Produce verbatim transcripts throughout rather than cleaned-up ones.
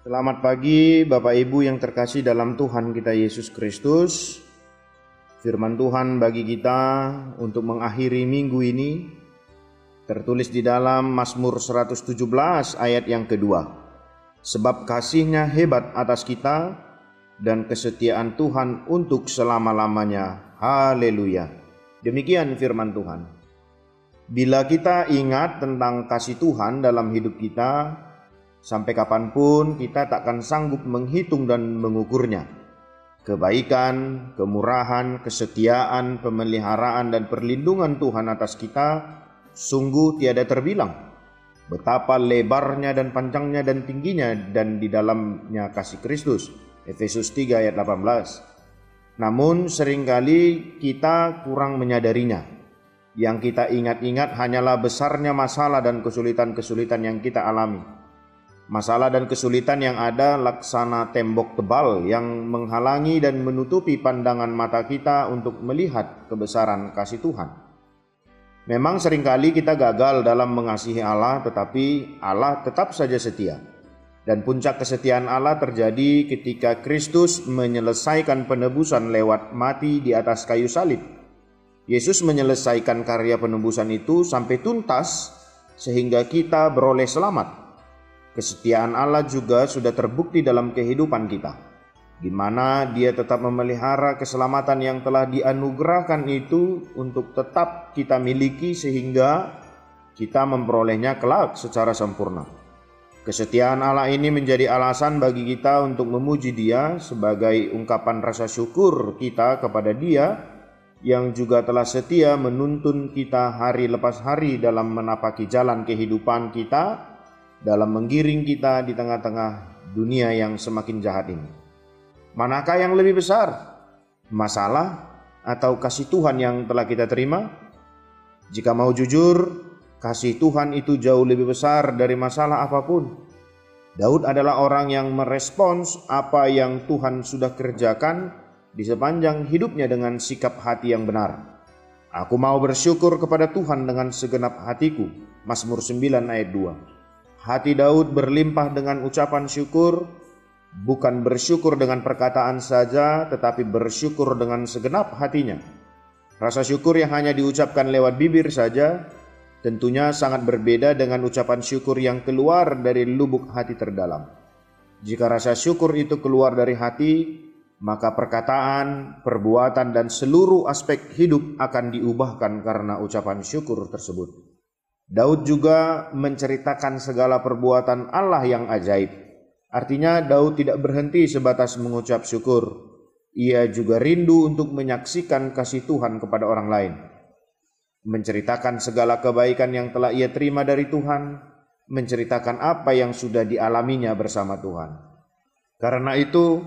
Selamat pagi Bapak Ibu yang terkasih dalam Tuhan kita Yesus Kristus. Firman Tuhan bagi kita untuk mengakhiri minggu ini tertulis di dalam Mazmur seratus tujuh belas ayat yang kedua. Sebab kasih-Nya hebat atas kita dan kesetiaan Tuhan untuk selama-lamanya. Haleluya. Demikian firman Tuhan. Bila kita ingat tentang kasih Tuhan dalam hidup kita, sampai kapanpun kita takkan sanggup menghitung dan mengukurnya. Kebaikan, kemurahan, kesetiaan, pemeliharaan dan perlindungan Tuhan atas kita sungguh tiada terbilang. Betapa lebarnya dan panjangnya dan tingginya dan di dalamnya kasih Kristus. Efesus tiga ayat delapan belas. Namun seringkali kita kurang menyadarinya. Yang kita ingat-ingat hanyalah besarnya masalah dan kesulitan-kesulitan yang kita alami. Masalah dan kesulitan yang ada laksana tembok tebal yang menghalangi dan menutupi pandangan mata kita untuk melihat kebesaran kasih Tuhan. Memang seringkali kita gagal dalam mengasihi Allah, tetapi Allah tetap saja setia. Dan puncak kesetiaan Allah terjadi ketika Kristus menyelesaikan penebusan lewat mati di atas kayu salib. Yesus menyelesaikan karya penebusan itu sampai tuntas sehingga kita beroleh selamat. Kesetiaan Allah juga sudah terbukti dalam kehidupan kita, di mana Dia tetap memelihara keselamatan yang telah dianugerahkan itu untuk tetap kita miliki sehingga kita memperolehnya kelak secara sempurna. Kesetiaan Allah ini menjadi alasan bagi kita untuk memuji Dia sebagai ungkapan rasa syukur kita kepada Dia yang juga telah setia menuntun kita hari lepas hari dalam menapaki jalan kehidupan kita, dalam menggiring kita di tengah-tengah dunia yang semakin jahat ini. Manakah yang lebih besar? Masalah atau kasih Tuhan yang telah kita terima? Jika mau jujur, kasih Tuhan itu jauh lebih besar dari masalah apapun. Daud adalah orang yang merespons apa yang Tuhan sudah kerjakan di sepanjang hidupnya dengan sikap hati yang benar. Aku mau bersyukur kepada Tuhan dengan segenap hatiku. Mazmur sembilan ayat dua. Hati Daud berlimpah dengan ucapan syukur, bukan bersyukur dengan perkataan saja, tetapi bersyukur dengan segenap hatinya. Rasa syukur yang hanya diucapkan lewat bibir saja, tentunya sangat berbeda dengan ucapan syukur yang keluar dari lubuk hati terdalam. Jika rasa syukur itu keluar dari hati, maka perkataan, perbuatan, dan seluruh aspek hidup akan diubahkan karena ucapan syukur tersebut. Daud juga menceritakan segala perbuatan Allah yang ajaib. Artinya Daud tidak berhenti sebatas mengucap syukur. Ia juga rindu untuk menyaksikan kasih Tuhan kepada orang lain. Menceritakan segala kebaikan yang telah ia terima dari Tuhan. Menceritakan apa yang sudah dialaminya bersama Tuhan. Karena itu,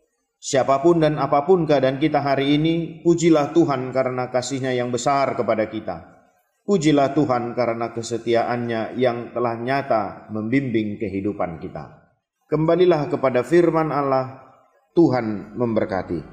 siapapun dan apapun keadaan kita hari ini, pujilah Tuhan karena kasih-Nya yang besar kepada kita. Pujilah Tuhan karena kesetiaan-Nya yang telah nyata membimbing kehidupan kita. Kembalilah kepada firman Allah. Tuhan memberkati.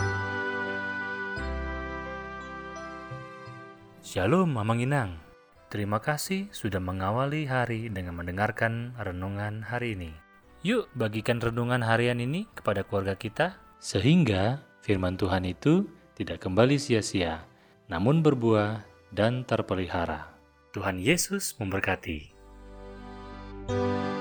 Shalom Mamang Inang. Terima kasih sudah mengawali hari dengan mendengarkan renungan hari ini. Yuk bagikan renungan harian ini kepada keluarga kita, sehingga firman Tuhan itu tidak kembali sia-sia, namun berbuah dan terpelihara. Tuhan Yesus memberkati.